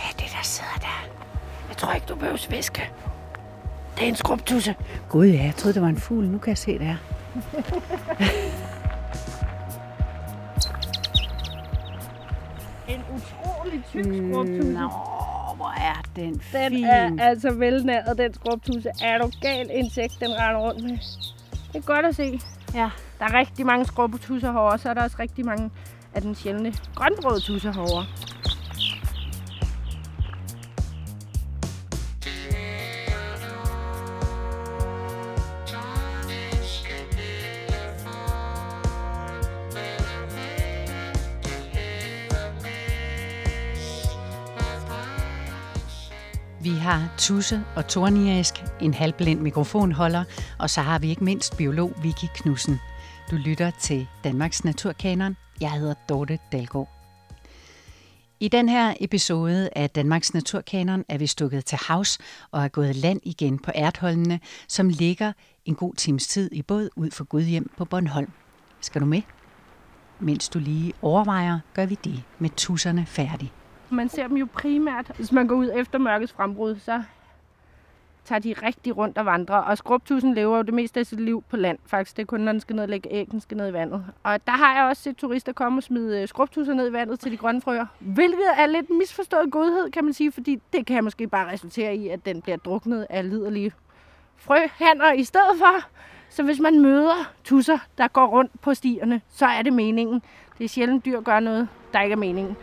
Ja, det der sidder der. Jeg tror ikke, du behøver væske. Det er en skrubtusse. Gud ja, jeg troede, det var en fugl. Nu kan jeg se det her. En utrolig tyk skrubtusse. Nå, hvor er den fin. Den er altså velnæret, den skrubtusse. Er du gal insekt, den render rundt med? Det er godt at se. Ja. Der er rigtig mange skrubtusser herovre, og så er der også rigtig mange af den sjældne grønbrøde tusser herovre. Vi har tudse og torniask, en halvblind mikrofonholder, og så har vi ikke mindst biolog Vicky Knudsen. Du lytter til Danmarks Naturkanon. Jeg hedder Dorte Dalgaard. I den her episode af Danmarks Naturkanon er vi stukket til havs og er gået land igen på Ertholmene, som ligger en god times tid i båd ud for Gudhjem på Bornholm. Skal du med? Mens du lige overvejer, gør vi det med tusserne færdig. Man ser dem jo primært, hvis man går ud efter mørkets frembrud, så tager de rigtig rundt og vandrer. Og skrubtusen lever jo det meste af sit liv på land, faktisk. Det er kun, når den skal ned og lægge æg, den skal ned i vandet. Og der har jeg også set turister komme og smide skrubtusser ned i vandet til de grønne frøer. Hvilket er lidt misforstået godhed, kan man sige, fordi det kan måske bare resultere i, at den bliver druknet af liderlige frøhanner i stedet for. Så hvis man møder tusser, der går rundt på stierne, så er det meningen. Det er sjældent dyr gør noget, der ikke er meningen.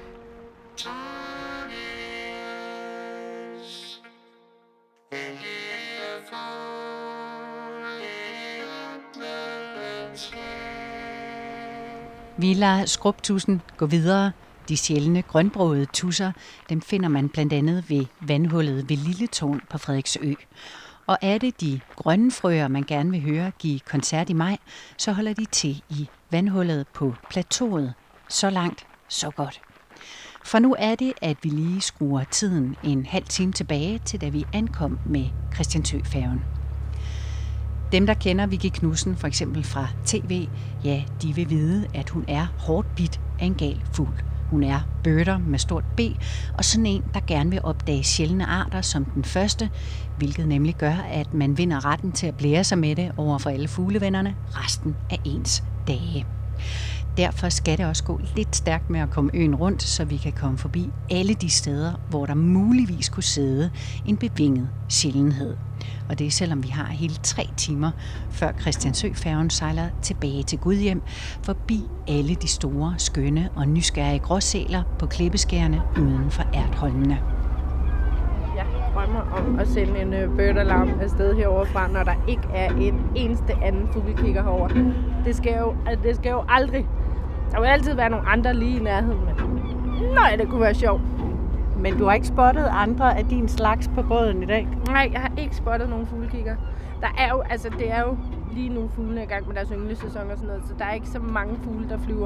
Vi lader skrubtussen gå videre. De sjældne grønbrogede tusser, dem finder man blandt andet ved vandhullet ved Lille Tårn på Frederiksø. Og er det de grønne frøer, man gerne vil høre give koncert i maj, så holder de til i vandhullet på plateauet. Så langt, så godt. For nu er det, at vi lige skruer tiden en halv time tilbage til da vi ankom med Christiansø-færgen. Dem, der kender Vicky Knudsen, for eksempel fra tv, ja, de vil vide, at hun er hårdt bidt af en gal fugl. Hun er birder med stort B, og sådan en, der gerne vil opdage sjældne arter som den første, hvilket nemlig gør, at man vinder retten til at blære sig med det over for alle fuglevennerne resten af ens dage. Derfor skal det også gå lidt stærkt med at komme øen rundt, så vi kan komme forbi alle de steder, hvor der muligvis kunne sidde en bevinget sjældenhed. Og det er selvom vi har hele 3 timer, før Christiansø-færgen sejler tilbage til Gudhjem, forbi alle de store, skønne og nysgerrige gråsæler på klippeskærene uden for Ertholmene. Jeg drømmer om at sende en bird-alarm afsted heroverfra, når der ikke er en eneste anden fuglekigger herover. Det skal jo aldrig. Der vil altid være nogle andre lige i nærheden, men nej, det kunne være sjovt. Men du har ikke spottet andre af din slags på båden i dag? Nej, jeg har ikke spottet nogen fuglekigger. Det er jo lige nu fuglene i gang med deres ynglesæson og sådan noget, så der er ikke så mange fugle, der flyver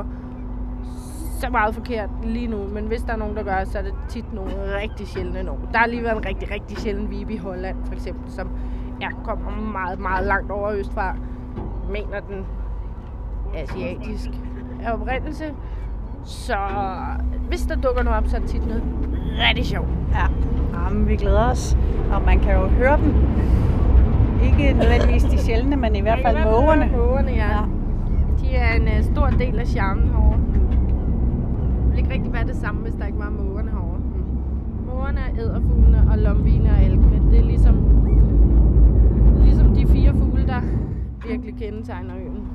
så meget forkert lige nu. Men hvis der er nogen, der gør, så er det tit nogle rigtig sjældne nogen. Der har lige været en rigtig, rigtig sjælden vibe i Holland, for eksempel, som kommer meget, meget langt over østfra. Mener den asiatisk af oprindelse. Så hvis der dukker noget op, så er det tit noget rigtig sjovt. Ja, jamen, vi glæder os, og man kan jo høre dem. Ikke nødvendigvis de sjældne, men i hvert fald mågerne. Mågerne, ja. De er en stor del af charmen herovre. Det vil ikke rigtig være det samme, hvis der ikke var mågerne herovre. Mågerne er edderfuglene og lomvine og alkene. Det er ligesom de 4 fugle, der virkelig kendetegner øen.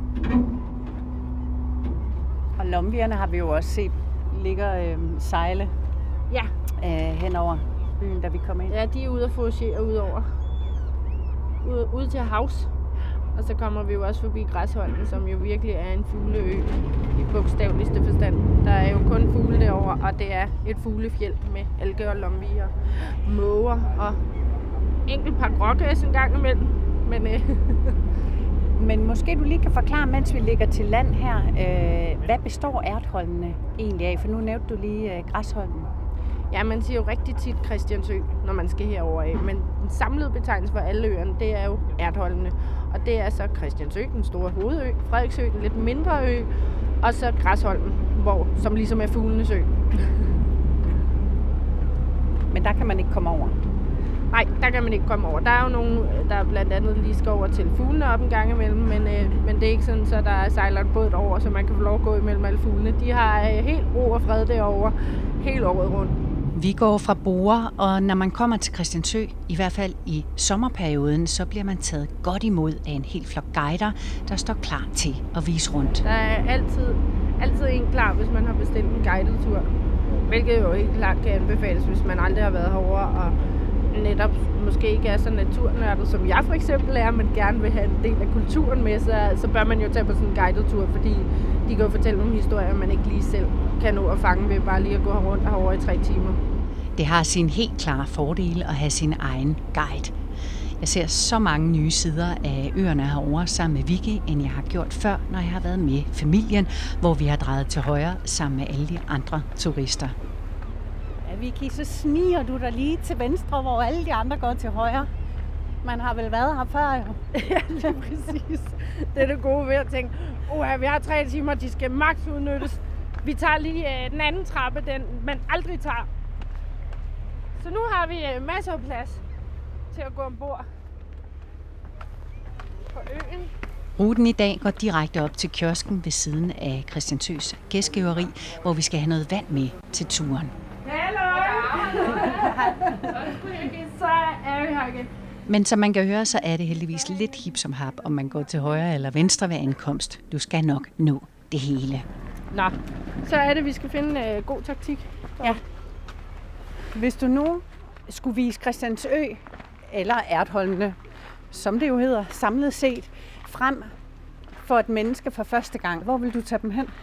Og lomvierne har vi jo også set ligger sejle henover byen, da vi kom ind. Ja, de er ude at foragere ude til havs. Og så kommer vi jo også forbi Græsholmen, som jo virkelig er en fugleø i bogstaveligste forstand. Der er jo kun fugle derovre, og det er et fuglefjeld med alge og lomvier, måger og enkelt par grågæs en gang imellem. Men måske du lige kan forklare, mens vi ligger til land her, hvad består Ertholmene egentlig af? For nu nævnte du lige Græsholmen. Ja, man siger jo rigtig tit Christiansø, når man skal herover af. Men den samlede betegnelse for alle øerne, det er jo Ertholmene. Og det er så Christiansø, den store hovedø, Frederiksø, den lidt mindre ø, og så Græsholmen, som ligesom er fuglenes ø. der kan man ikke komme over. Nej, der kan man ikke komme over. Der er jo nogen, der blandt andet lige skal over til fuglene op en gang imellem, men det er ikke sådan, så der sejler en båd over, så man kan få lov at gå imellem alle fuglene. De har helt ro og fred derovre, helt året rundt. Vi går fra Borre, og når man kommer til Christiansø, i hvert fald i sommerperioden, så bliver man taget godt imod af en hel flok guider, der står klar til at vise rundt. Der er altid en klar, hvis man har bestilt en guided tur, hvilket jo helt klart kan anbefales, hvis man aldrig har været herovre og netop måske ikke er så naturnørdet, som jeg for eksempel er, men gerne vil have en del af kulturen med, så bør man jo tage på sådan en guided tur, fordi de kan jo fortælle nogle historier, man ikke lige selv kan nå at fange ved bare lige at gå rundt herovre i 3 timer. Det har sin helt klare fordele at have sin egen guide. Jeg ser så mange nye sider af øerne herovre sammen med Vicky, end jeg har gjort før, når jeg har været med familien, hvor vi har drejet til højre sammen med alle de andre turister. Ja, Vicky, så sniger du dig lige til venstre, hvor alle de andre går til højre. Man har vel været her før, jo. Ja, lige præcis. Det er det gode ved at tænke, vi har 3 timer, de skal maks udnyttes. Vi tager lige den anden trappe, den man aldrig tager. Så nu har vi masser af plads til at gå ombord på øen. Ruten i dag går direkte op til kiosken ved siden af Christiansøs gæstgiveri, hvor vi skal have noget vand med til turen. Hallo! Så er vi her igen. Men som man kan høre, så er det heldigvis lidt hip som hap, om man går til højre eller venstre ved ankomst. Du skal nok nå det hele. Nå, så er det, vi skal finde god taktik. Ja. Hvis du nu skulle vise Christiansø, eller Ertholmene, som det jo hedder, samlet set, frem for et menneske for første gang, hvor vil du tage dem hen?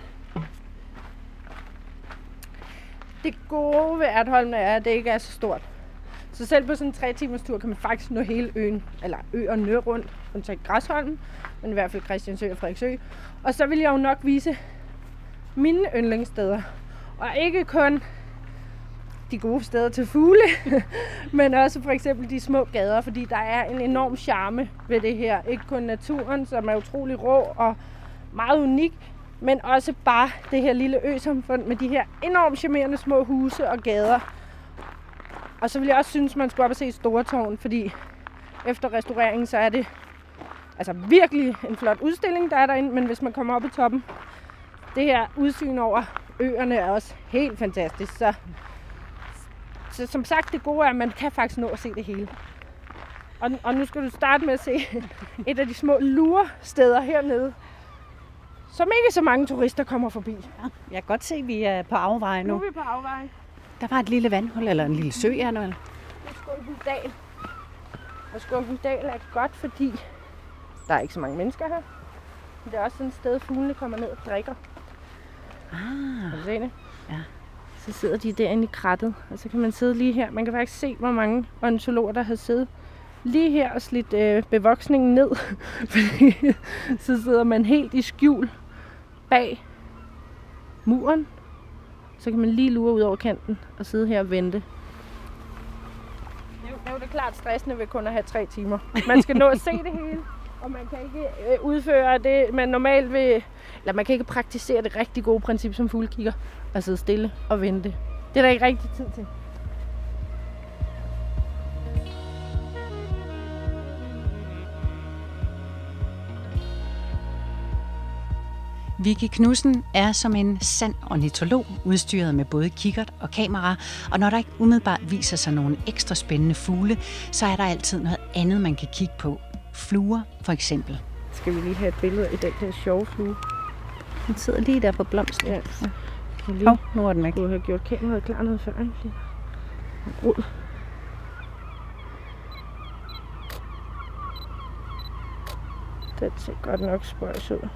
Det gode ved Ertholmene er, at det ikke er så stort. Så selv på sådan en 3 timers tur kan man faktisk nå hele øen, eller øerne rundt, undtagen Græsholm, men i hvert fald Christiansø og Frederiksø. Og så vil jeg jo nok vise mine yndlingssteder, og ikke kun de gode steder til fugle, men også for eksempel de små gader, fordi der er en enorm charme ved det her. Ikke kun naturen, som er utrolig rå og meget unik, men også bare det her lille øsamfund med de her enormt charmerende små huse og gader. Og så vil jeg også synes, man skulle op og se Storetårn, fordi efter restaureringen, så er det altså virkelig en flot udstilling, der er derinde, men hvis man kommer op i toppen, det her udsyn over øerne er også helt fantastisk. Så som sagt, det gode er, at man kan faktisk nå at se det hele. Og nu skal du starte med at se et af de små luresteder hernede, som ikke så mange turister kommer forbi. Ja, jeg kan godt se, at vi er på afveje nu. Nu er vi på afveje. Der var et lille vandhul, eller en lille sø, er det vel? Det er Skorpendal. Og Skorpendal er godt, fordi der er ikke så mange mennesker her. Men det er også sådan et sted, fuglene kommer ned og drikker. Ah. Kan du se det? Ja. Så sidder de derinde i krattet, og så kan man sidde lige her. Man kan faktisk se, hvor mange ornitologer, der har siddet lige her og slidt bevoksningen ned. Fordi så sidder man helt i skjul bag muren. Så kan man lige lure ud over kanten og sidde her og vente. Det er jo det klart stressende ved kun at have 3 timer. Man skal nå at se det hele, og man kan ikke udføre det, man normalt vil, eller man kan ikke praktisere det rigtig gode princip som fuglekigger og sidde stille og vente. Det er der ikke rigtig tid til. Vicky Knudsen er som en sand ornitolog, udstyret med både kikkert og kamera, og når der ikke umiddelbart viser sig nogle ekstra spændende fugle, så er der altid noget andet, man kan kigge på. Fluer for eksempel. Skal vi lige have et billede af den der sjove flue? Den sidder lige der på blomsten. Ja. Nu er den væk. Du har gjort kameraet klar noget før, ikke? Rod. Den ser godt nok spøjs ud.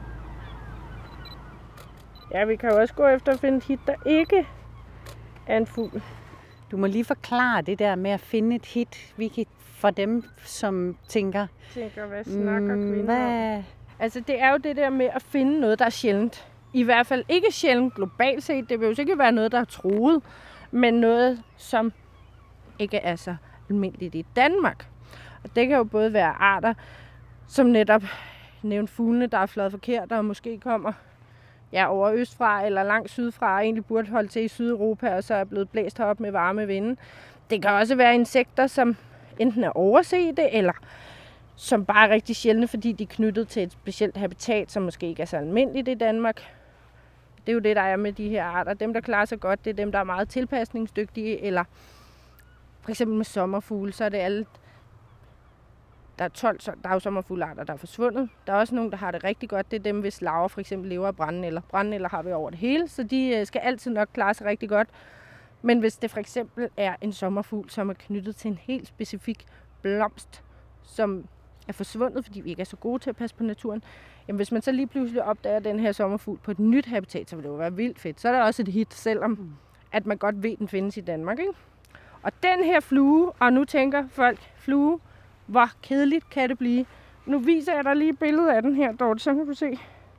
Ja, vi kan jo også gå efter at finde et hit, der ikke er en fugl. Du må lige forklare det der med at finde et hit, Vicky, for dem, som tænker, Hvad snakker kvinder om? Altså, det er jo det der med at finde noget, der er sjældent. I hvert fald ikke sjældent globalt set. Det vil jo ikke være noget, der er truet, men noget, som ikke er så almindeligt i Danmark. Og det kan jo både være arter, som netop nævnt fuglene, der er fløjet forkert, og måske kommer over østfra eller langt sydfra, og egentlig burde holde til i Sydeuropa, og så er blevet blæst herop med varme vinde. det kan også være insekter, som enten er oversete, eller som bare er rigtig sjældne, fordi de er knyttet til et specielt habitat, som måske ikke er så almindeligt i Danmark. Det er jo det, der er med de her arter. Dem, der klarer sig godt, det er dem, der er meget tilpasningsdygtige, eller for eksempel med sommerfugle, så er det alle. Der er 12 dagsommerfuglearter, der er forsvundet. Der er også nogle, der har det rigtig godt. Det er dem, hvis larver for eksempel lever af brændenælder. Brændenælder har vi over det hele, så de skal altid nok klare sig rigtig godt. Men hvis det for eksempel er en sommerfugl, som er knyttet til en helt specifik blomst, som er forsvundet, fordi vi ikke er så gode til at passe på naturen, jamen hvis man så lige pludselig opdager den her sommerfugl på et nyt habitat, så vil det jo være vildt fedt. Så er det også et hit, selvom at man godt ved, at den findes i Danmark, ikke? Og den her flue, og nu tænker folk, flue, hvor kedeligt kan det blive. Nu viser jeg dig lige et billede af den her, Dorte, så kan du se.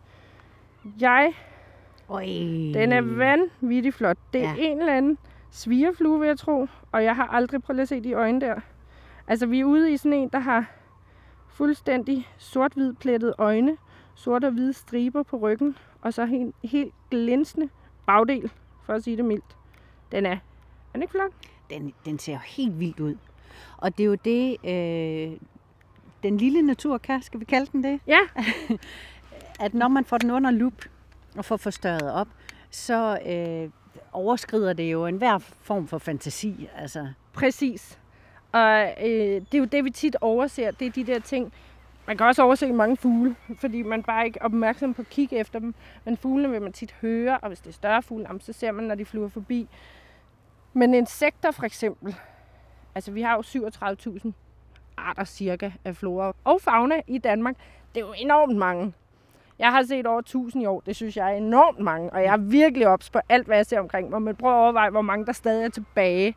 Den er vanvittigt flot. Det er en eller anden svigerflue, vil jeg tro, og jeg har aldrig prøvet at se de øjne der. Altså, vi er ude i sådan en, der har fuldstændig sort-hvid plettede øjne, sorte og hvide striber på ryggen, og så helt glinsende bagdel, for at sige det mildt. Den er ikke flot? Den ser jo helt vildt ud. Og det er jo det, den lille natur kan, skal vi kalde den det? Ja. At når man får den under lup og får forstørret op, så overskrider det jo enhver form for fantasi. Altså. Præcis. Og det er jo det, vi tit overser, det er de der ting. Man kan også overse mange fugle, fordi man bare ikke er opmærksom på at kigge efter dem. Men fuglene vil man tit høre, og hvis det er større fugle, så ser man, når de flyver forbi. Men insekter for eksempel, altså vi har jo 37.000 arter cirka af flora og fauna i Danmark. Det er jo enormt mange. Jeg har set over 1000 i år, det synes jeg er enormt mange, og jeg er virkelig ops på alt, hvad jeg ser omkring mig. Men prøv at overveje, hvor mange der stadig er tilbage.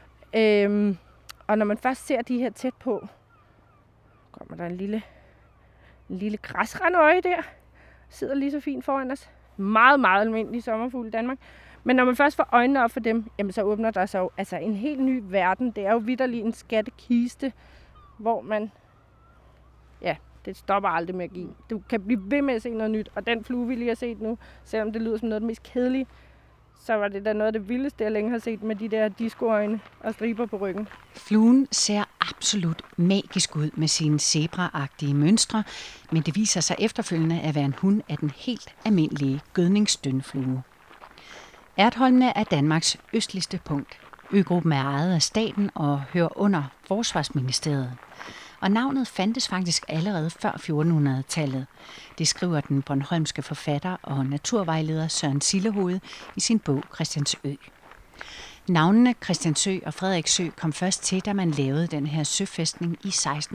Og når man først ser de her tæt på, kommer der en lille græsrandøje der. Sidder lige så fint foran os. Meget, meget almindelig sommerfugl i Danmark. Men når man først får øjnene op for dem, jamen så åbner der sig jo altså en helt ny verden. Det er jo vitterlig en skattekiste, hvor man, ja, det stopper aldrig med at give. Du kan blive ved med at se noget nyt, og den flue, vi lige har set nu, selvom det lyder som noget af det mest kedelige, så var det da noget af det vildeste, jeg længe har set med de der discoøjne og striber på ryggen. Fluen ser absolut magisk ud med sine zebraagtige mønstre, men det viser sig efterfølgende at være en hund af den helt almindelige gødningsdønflue. Ertholmene er Danmarks østligste punkt. Øgruppen er ejet af staten og hører under Forsvarsministeriet. Og navnet fandtes faktisk allerede før 1400-tallet. Det skriver den bornholmske forfatter og naturvejleder Søren Sillehoved i sin bog Christiansø. Navnene Christiansø og Frederiksø kom først til, da man lavede den her søfæstning i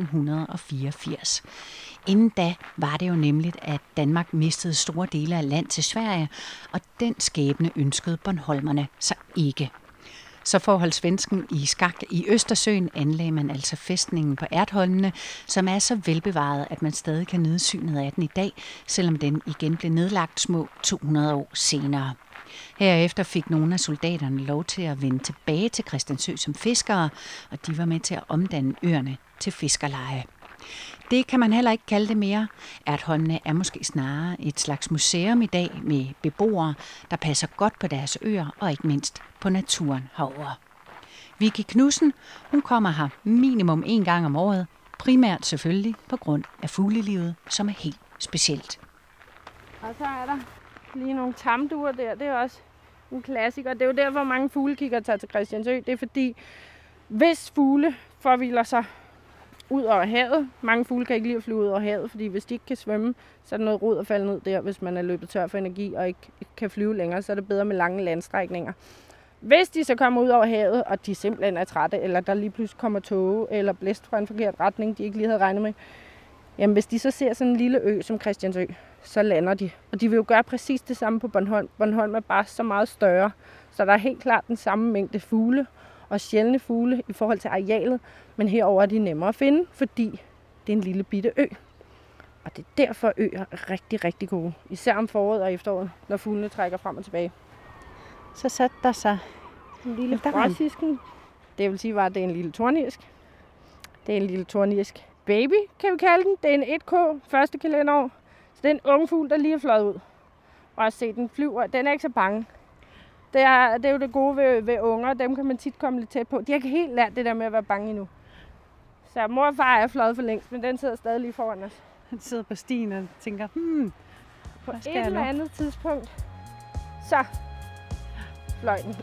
1684. Inden da var det jo nemlig, at Danmark mistede store dele af land til Sverige, og den skæbne ønskede bornholmerne sig ikke. Så for at holde svensken i skak i Østersøen anlagde man altså fæstningen på Ertholmene, som er så velbevaret, at man stadig kan nyde synet af den i dag, selvom den igen blev nedlagt små 200 år senere. Herefter fik nogle af soldaterne lov til at vende tilbage til Christiansø som fiskere, og de var med til at omdanne øerne til fiskerleje. Det kan man heller ikke kalde det mere. Ertholmene er måske snarere et slags museum i dag med beboere, der passer godt på deres øer og ikke mindst på naturen herover. Vicky Knudsen, hun kommer her minimum 1 gang om året, primært selvfølgelig på grund af fuglelivet, som er helt specielt. Og så er der lige nogle tamduer der, det er også en klassiker. Det er jo derfor, mange fuglekigger tager til Christiansø. Det er fordi, hvis fugle forvilder sig ud over havet. Mange fugle kan ikke lide at flyve ud over havet, fordi hvis de ikke kan svømme, så er der noget rod at falde ned der, hvis man er løbet tør for energi og ikke kan flyve længere, så er det bedre med lange landstrækninger. Hvis de så kommer ud over havet, og de simpelthen er trætte, eller der lige pludselig kommer tåge, eller blæst fra en forkert retning, de ikke lige havde regnet med, jamen hvis de så ser sådan en lille ø som Christiansø, så lander de. Og de vil jo gøre præcis det samme på Bornholm. Bornholm er bare så meget større, så der er helt klart den samme mængde fugle og sjældne fugle i forhold til arealet, men herover er de nemmere at finde, fordi det er en lille bitte ø. Og det er derfor øer er rigtig, rigtig gode. Især om foråret og efteråret, når fuglene trækker frem og tilbage. Så satte der sig en lille gråsisken. Det vil sige, at det er en lille tornirsk. Det er en lille tornirsk baby, kan vi kalde den. Det er en 1K, første kalenderår. Så det er en ung fugl, der lige er fløjet ud. Og se, den flyver. Den er ikke så bange. Det er jo det gode ved unger. Dem kan man tit komme lidt tæt på. De har ikke helt lært det der med at være bange endnu. Så mor og far er fløjet for længst, men den sidder stadig lige foran os. Han sidder på stien og tænker, på et eller andet tidspunkt, så fløj den.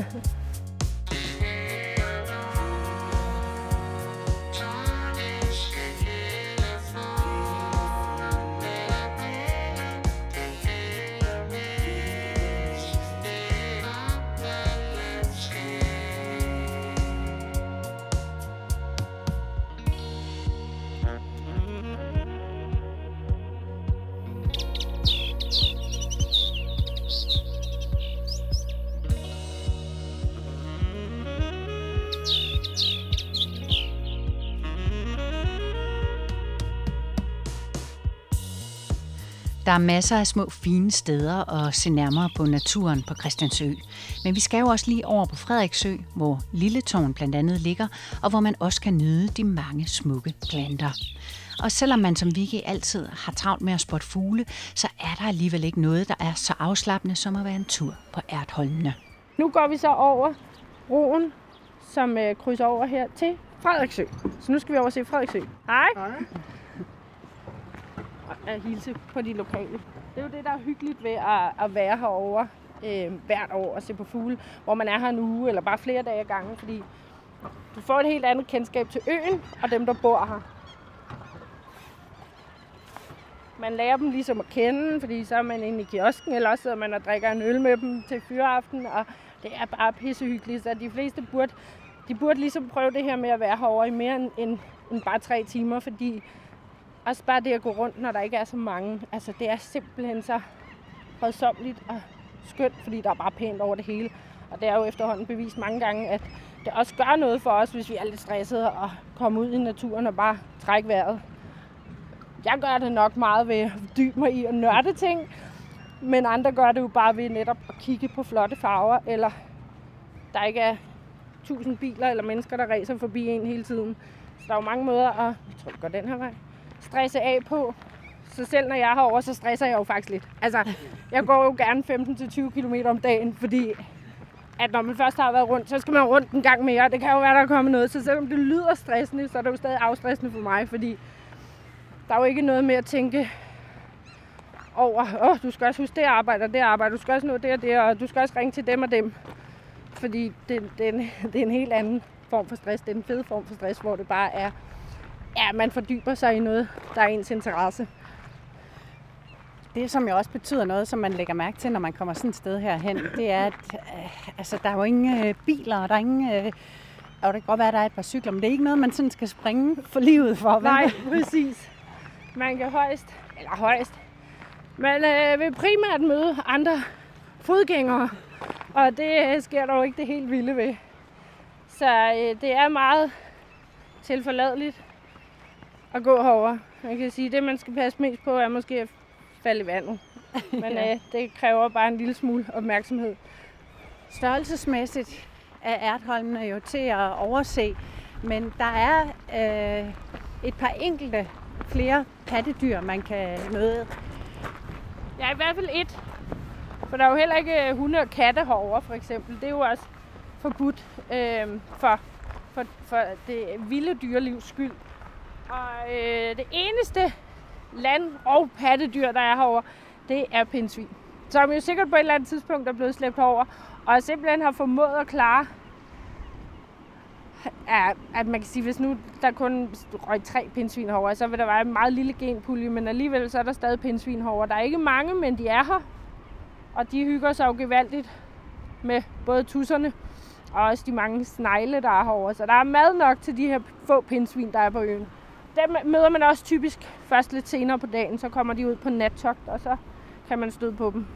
Der er masser af små fine steder at se nærmere på naturen på Christiansø. Men vi skal jo også lige over på Frederiksø, hvor Lilletårn blandt andet ligger, og hvor man også kan nyde de mange smukke planter. Og selvom man som Vicky altid har travlt med at spotte fugle, så er der alligevel ikke noget, der er så afslappende som at være en tur på Ertholmene. Nu går vi så over broen, som krydser over her til Frederiksø. Så nu skal vi over se Frederiksø. Hej. Hej. At hilse på de lokale. Det er jo det, der er hyggeligt ved at være herovre hvert år og se på fugle, hvor man er her en uge eller bare flere dage ad gangen, fordi du får et helt andet kendskab til øen og dem, der bor her. Man lærer dem ligesom at kende, fordi så er man inde i kiosken, eller også sidder man og drikker en øl med dem til fyreaften, og det er bare pissehyggeligt, så de fleste burde ligesom prøve det her med at være herovre i mere end bare 3 timer, fordi også bare det at gå rundt, når der ikke er så mange. Altså, det er simpelthen så fredsomligt og skønt, fordi der er bare pænt over det hele. Og det er jo efterhånden bevist mange gange, at det også gør noget for os, hvis vi er lidt stressede og kommer ud i naturen og bare trække vejret. Jeg gør det nok meget ved at dybe mig i at nørde ting, men andre gør det jo bare ved netop at kigge på flotte farver, eller der ikke er 1000 biler eller mennesker, der racer forbi en hele tiden. Så der er jo mange måder at, jeg tror, det går den her vej, stresse af på. Så selv når jeg er herovre, så stresser jeg jo faktisk lidt. Altså, jeg går jo gerne 15-20 km om dagen, fordi at når man først har været rundt, så skal man rundt en gang mere. Det kan jo være, der er kommet noget. Så selvom det lyder stressende, så er det jo stadig afstressende for mig, fordi der er jo ikke noget med at tænke over, du skal også huske det arbejde, du skal også nå det og det, og du skal også ringe til dem og dem. Fordi det er en helt anden form for stress. Det er en fed form for stress, hvor det bare er, ja, man fordyber sig i noget, der er ens interesse. Det, som jo også betyder noget, som man lægger mærke til, når man kommer sådan et sted herhen, det er, at altså, der er jo ingen biler, og der er ingen... og det kan godt være, at der er et par cykler, men det er ikke noget, man sådan skal springe for livet for. Nej, præcis. Man kan højst. Man vil primært møde andre fodgængere, og det sker der jo ikke det helt vilde ved. Så det er meget tilforladeligt at gå herover. Man kan sige, at det, man skal passe mest på, er måske at falde i vandet. Men det kræver bare en lille smule opmærksomhed. Størrelsesmæssigt er Ertholmene jo til at overse, men der er et par enkelte flere pattedyr, man kan møde. Ja, i hvert fald et. For der er jo heller ikke hunde og katte herovre, for eksempel. Det er jo også forbudt for det vilde dyrelivs skyld. Og det eneste land- og pattedyr, der er herovre, det er pindsvin. Som jo sikkert på et eller andet tidspunkt er blevet slæbt over, og simpelthen har formået at klare, at man kan sige, hvis nu der kun røg 3 pindsvin herovre, så vil der være en meget lille genpulje, men alligevel så er der stadig pindsvin herovre. Der er ikke mange, men de er her, og de hygger sig jo gevaldigt med både tusserne og også de mange snegle, der er herovre. Så der er mad nok til de her få pindsvin, der er på øen. Dem møder man også typisk først lidt senere på dagen, så kommer de ud på nattogt, og så kan man støde på dem.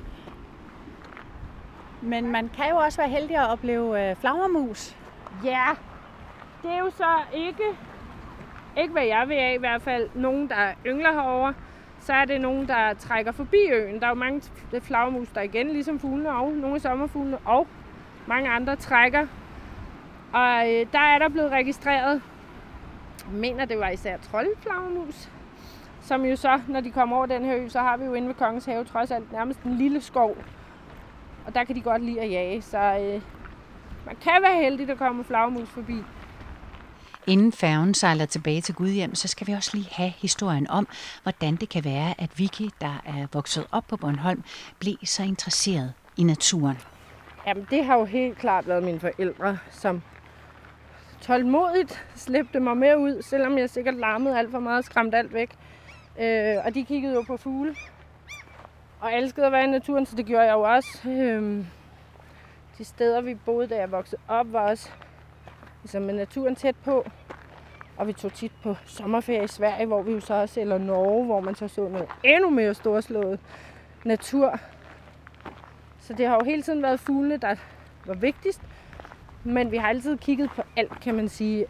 Men man kan jo også være heldig at opleve flagermus. Ja, det er jo så ikke hvad jeg vil af i hvert fald, nogen der yngler herovre. Så er det nogen, der trækker forbi øen. Der er jo mange flagermus, der igen, ligesom fuglene og nogle sommerfuglene og mange andre trækker. Og der er der blevet registreret, jeg mener det var især troldflagermus, som jo så, når de kommer over den her ø, så har vi jo inde ved Kongens Have trods alt nærmest en lille skov, Og der kan de godt lide at jage, så man kan være heldig, at der kommer flagermus forbi. Inden færgen sejler tilbage til Gudhjem, så skal vi også lige have historien om, hvordan det kan være, at Vicky, der er vokset op på Bornholm, blev så interesseret i naturen. Jamen, det har jo helt klart været mine forældre, som tålmodigt slæbte mig med ud, selvom jeg sikkert larmede alt for meget og skræmte alt væk. Og de kiggede jo på fugle og elskede at være i naturen, så det gjorde jeg jo også. De steder, vi boede, da jeg voksede op, var også ligesom med naturen tæt på. Og vi tog tit på sommerferie i Sverige, hvor vi jo så også, eller Norge, hvor man så noget endnu mere storslået natur. Så det har jo hele tiden været fuglene, der var vigtigst. Men vi har altid kigget på alt, kan man sige.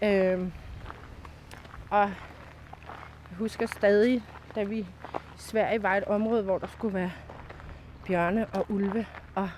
Og jeg husker stadig, da vi i Sverige var et område, hvor der skulle være bjørne og ulve. Og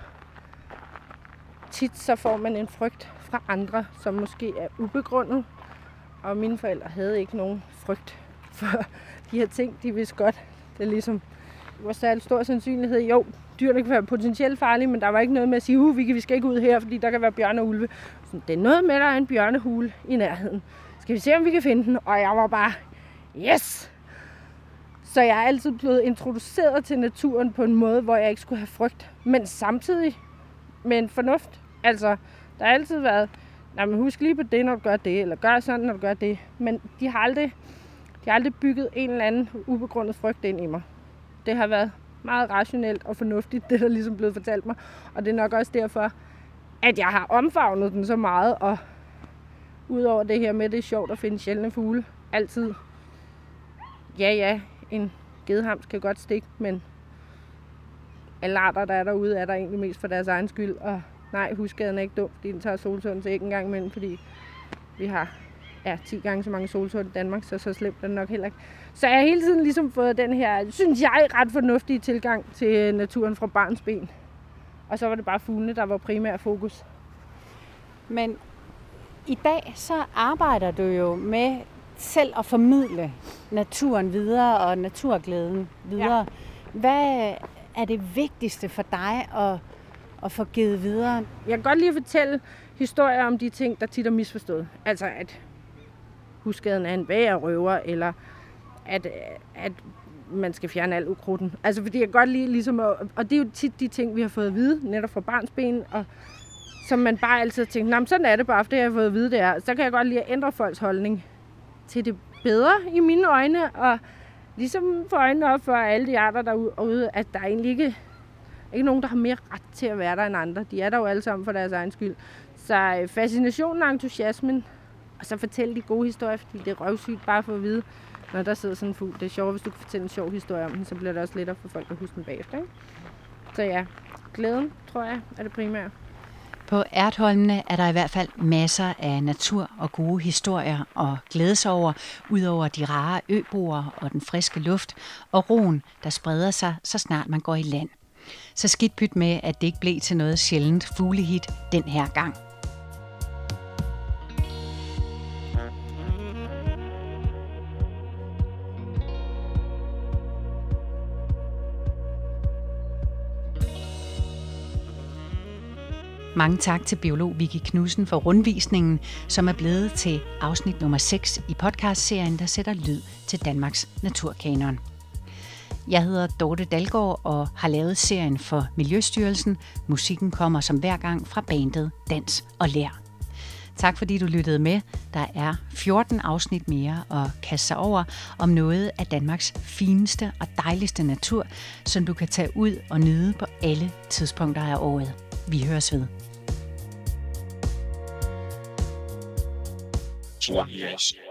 tit så får man en frygt fra andre, som måske er ubegrundet. Og mine forældre havde ikke nogen frygt for de her ting. De vidste godt, det er ligesom, det var særlig stor sandsynlighed. Jo, dyrene kan være potentielt farlige, men der var ikke noget med at sige, vi skal ikke ud her, fordi der kan være bjørne og ulve. Så det er noget med, at der er en bjørnehule i nærheden. Skal vi se, om vi kan finde den? Og jeg var bare, yes! Så jeg er altid blevet introduceret til naturen på en måde, hvor jeg ikke skulle have frygt. Men samtidig med en fornuft. Altså, der har altid været, husk lige på det, når du gør det, eller gør sådan, når du gør det. Men de har aldrig bygget en eller anden ubegrundet frygt ind i mig. Det har været meget rationelt og fornuftigt, det der ligesom blevet fortalt mig. Og det er nok også derfor, at jeg har omfavnet den så meget. Og udover det her med, det er sjovt at finde sjældne fugle. Altid. Ja, en gedehams kan godt stikke, men alle arter, der er derude, er der egentlig mest for deres egen skyld. Og nej, husskaden er ikke dum, fordi den tager solsortens æg en gang imellem, fordi vi har 10 gange så mange solsort i Danmark, så slemt er det nok heller ikke. Så jeg har hele tiden ligesom fået den her, synes jeg, ret fornuftige tilgang til naturen fra barnsben. Og så var det bare fuglene, der var primær fokus. Men i dag så arbejder du jo med selv at formidle naturen videre og naturglæden videre. Ja. Hvad er det vigtigste for dig at få givet videre? Jeg kan godt lide at fortælle historier om de ting, der tit er misforstået. Altså at husskaden er en bagerrøver, eller at man skal fjerne al ukrudten. Altså fordi jeg kan godt lide ligesom og det er jo tit de ting, vi har fået at vide, netop fra barnsben, og som man bare altid har tænkt, sådan er det bare, for det har jeg fået at vide, det er. Så kan jeg godt lide at ændre folks holdning til det bedre i mine øjne, og ligesom få øjnene op for alle de arter derude, at der egentlig ikke nogen, der har mere ret til at være der end andre. De er der jo alle sammen for deres egen skyld. Så fascinationen og entusiasmen, og så fortælle de gode historier, fordi det er røvsygt bare for at vide, når der sidder sådan en fugl. Det er sjovt, hvis du kan fortælle en sjov historie om den, så bliver det også lettere for folk at huske den bagefter. Ikke? Så ja, glæden, tror jeg, er det primære. På Ertholmene er der i hvert fald masser af natur og gode historier at glæde sig over, udover de rare øboer og den friske luft, og roen, der spreder sig, så snart man går i land. Så skidt pyt med, at det ikke blev til noget sjældent fuglehit den her gang. Mange tak til biolog Vicky Knudsen for rundvisningen, som er blevet til afsnit nummer 6 i podcastserien, der sætter lyd til Danmarks naturkanon. Jeg hedder Dorte Dalgaard og har lavet serien for Miljøstyrelsen. Musikken kommer som hver gang fra bandet Dans og Lær. Tak fordi du lyttede med. Der er 14 afsnit mere at kaste sig over om noget af Danmarks fineste og dejligste natur, som du kan tage ud og nyde på alle tidspunkter af året. Vi høres ved. Yes.